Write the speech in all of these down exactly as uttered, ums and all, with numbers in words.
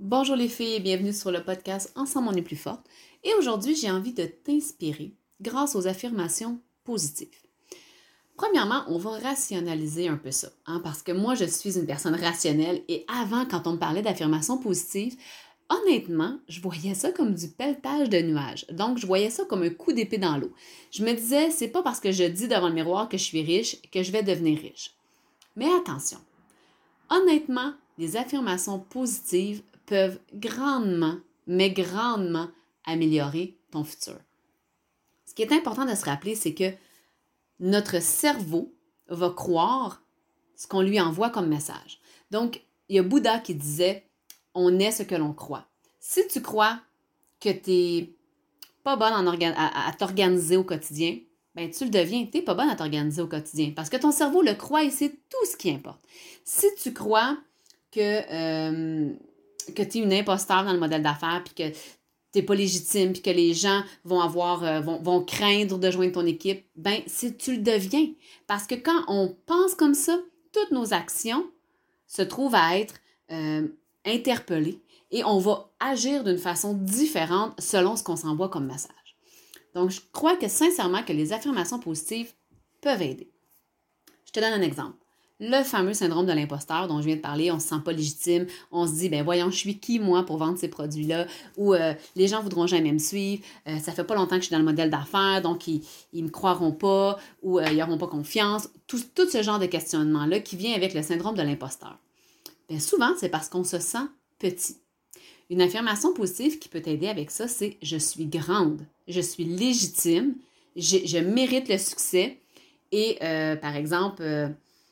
Bonjour les filles et bienvenue sur le podcast Ensemble on est plus forte. Et aujourd'hui, j'ai envie de t'inspirer grâce aux affirmations positives. Premièrement, on va rationaliser un peu ça, hein, parce que moi, je suis une personne rationnelle et avant, quand on me parlait d'affirmations positives, honnêtement, je voyais ça comme du pelletage de nuages. Donc, je voyais ça comme un coup d'épée dans l'eau. Je me disais, c'est pas parce que je dis devant le miroir que je suis riche que je vais devenir riche. Mais attention, honnêtement, les affirmations positives peuvent grandement, mais grandement améliorer ton futur. Ce qui est important de se rappeler, c'est que notre cerveau va croire ce qu'on lui envoie comme message. Donc, il y a Bouddha qui disait « on est ce que l'on croit ». Si tu crois que tu n'es pas bonne en orga- à, à t'organiser au quotidien, ben tu le deviens, tu n'es pas bonne à t'organiser au quotidien parce que ton cerveau le croit et c'est tout ce qui importe. Si tu crois que, euh, que tu es une imposteur dans le modèle d'affaires puis que tu n'es pas légitime puis que les gens vont avoir euh, vont, vont craindre de joindre ton équipe, ben si tu le deviens. Parce que quand on pense comme ça, toutes nos actions se trouvent à être euh, interpellées et on va agir d'une façon différente selon ce qu'on s'envoie comme message. Donc, je crois que sincèrement que les affirmations positives peuvent aider. Je te donne un exemple. Le fameux syndrome de l'imposteur dont je viens de parler, on ne se sent pas légitime, on se dit, ben voyons, je suis qui moi pour vendre ces produits-là, ou euh, les gens ne voudront jamais me suivre, euh, ça fait pas longtemps que je suis dans le modèle d'affaires, donc ils ne me croiront pas, ou euh, ils n'auront pas confiance, tout, tout ce genre de questionnement-là qui vient avec le syndrome de l'imposteur. Bien souvent, c'est parce qu'on se sent petit. Une affirmation positive qui peut t'aider avec ça, c'est « je suis grande, je suis légitime, je, je mérite le succès » et euh, par exemple... Euh,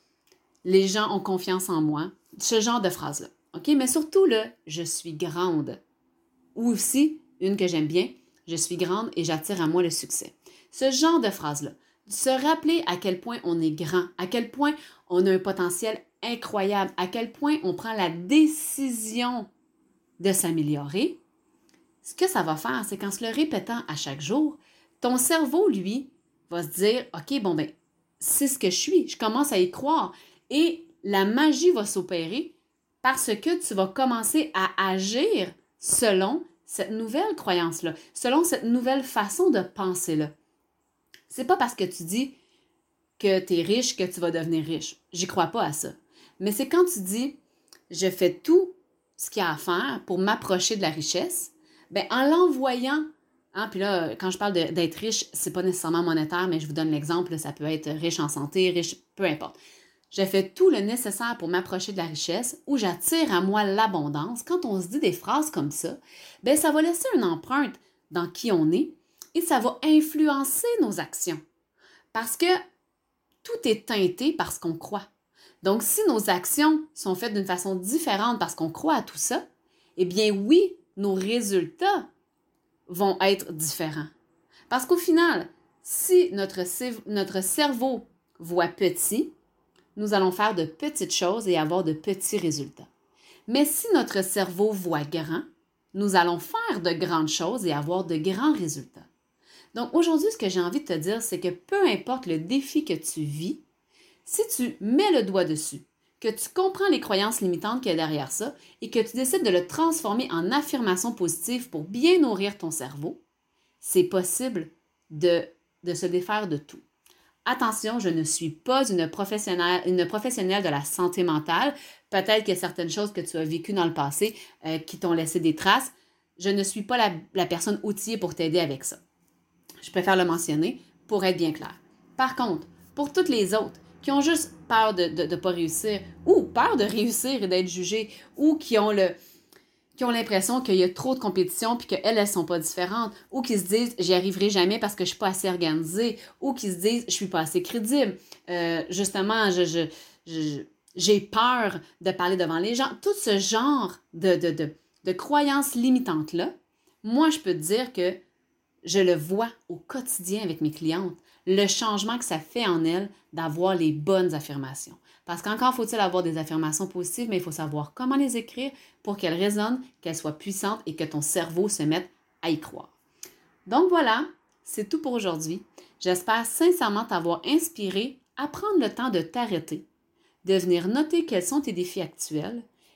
les gens ont confiance en moi, ce genre de phrase-là. OK? Mais surtout, le « je suis grande ». Ou aussi, une que j'aime bien, « je suis grande et j'attire à moi le succès ». Ce genre de phrase-là. Se rappeler à quel point on est grand, à quel point on a un potentiel incroyable, à quel point on prend la décision de s'améliorer. Ce que ça va faire, c'est qu'en se le répétant à chaque jour, ton cerveau, lui, va se dire « OK, bon ben, c'est ce que je suis, je commence à y croire ». Et la magie va s'opérer parce que tu vas commencer à agir selon cette nouvelle croyance-là, selon cette nouvelle façon de penser-là. C'est pas parce que tu dis que tu es riche que tu vas devenir riche. J'y crois pas à ça. Mais c'est quand tu dis « je fais tout ce qu'il y a à faire pour m'approcher de la richesse », bien en l'envoyant, hein, puis là, quand je parle de, d'être riche, c'est pas nécessairement monétaire, mais je vous donne l'exemple, ça peut être riche en santé, riche, peu importe. Je fais tout le nécessaire pour m'approcher de la richesse ou j'attire à moi l'abondance. Quand on se dit des phrases comme ça, bien, ça va laisser une empreinte dans qui on est et ça va influencer nos actions. Parce que tout est teinté par ce qu'on croit. Donc, si nos actions sont faites d'une façon différente parce qu'on croit à tout ça, eh bien oui, nos résultats vont être différents. Parce qu'au final, si notre, notre cerveau voit petit, nous allons faire de petites choses et avoir de petits résultats. Mais si notre cerveau voit grand, nous allons faire de grandes choses et avoir de grands résultats. Donc aujourd'hui, ce que j'ai envie de te dire, c'est que peu importe le défi que tu vis, si tu mets le doigt dessus, que tu comprends les croyances limitantes qu'il y a derrière ça et que tu décides de le transformer en affirmation positive pour bien nourrir ton cerveau, c'est possible de, de se défaire de tout. Attention, je ne suis pas une professionnelle, une professionnelle de la santé mentale. Peut-être qu'il y a certaines choses que tu as vécues dans le passé euh, qui t'ont laissé des traces. Je ne suis pas la, la personne outillée pour t'aider avec ça. Je préfère le mentionner pour être bien clair. Par contre, pour toutes les autres qui ont juste peur de ne pas réussir ou peur de réussir et d'être jugées ou qui ont le... qui ont l'impression qu'il y a trop de compétition puis qu'elles, elles ne sont pas différentes, ou qui se disent « j'y arriverai jamais parce que je ne suis pas assez organisée », ou qui se disent « je ne suis pas assez crédible euh, ». Justement, je, je, je, j'ai peur de parler devant les gens. Tout ce genre de, de, de, de croyances limitantes-là, moi, je peux te dire que je le vois au quotidien avec mes clientes, le changement que ça fait en elles d'avoir les bonnes affirmations. Parce qu'encore faut-il avoir des affirmations positives, mais il faut savoir comment les écrire pour qu'elles résonnent, qu'elles soient puissantes et que ton cerveau se mette à y croire. Donc voilà, c'est tout pour aujourd'hui. J'espère sincèrement t'avoir inspiré à prendre le temps de t'arrêter, de venir noter quels sont tes défis actuels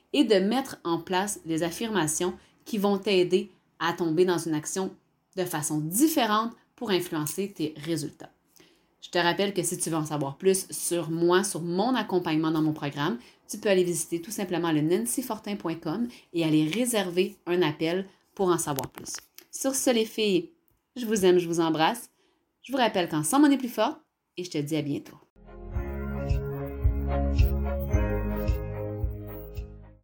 et de mettre en place les affirmations qui vont t'aider à tomber dans une action de façon différente pour influencer tes résultats. Je te rappelle que si tu veux en savoir plus sur moi, sur mon accompagnement dans mon programme, tu peux aller visiter tout simplement le nancy fortin point com et aller réserver un appel pour en savoir plus. Sur ce, les filles, je vous aime, je vous embrasse. Je vous rappelle qu'ensemble, on est plus fort et je te dis à bientôt.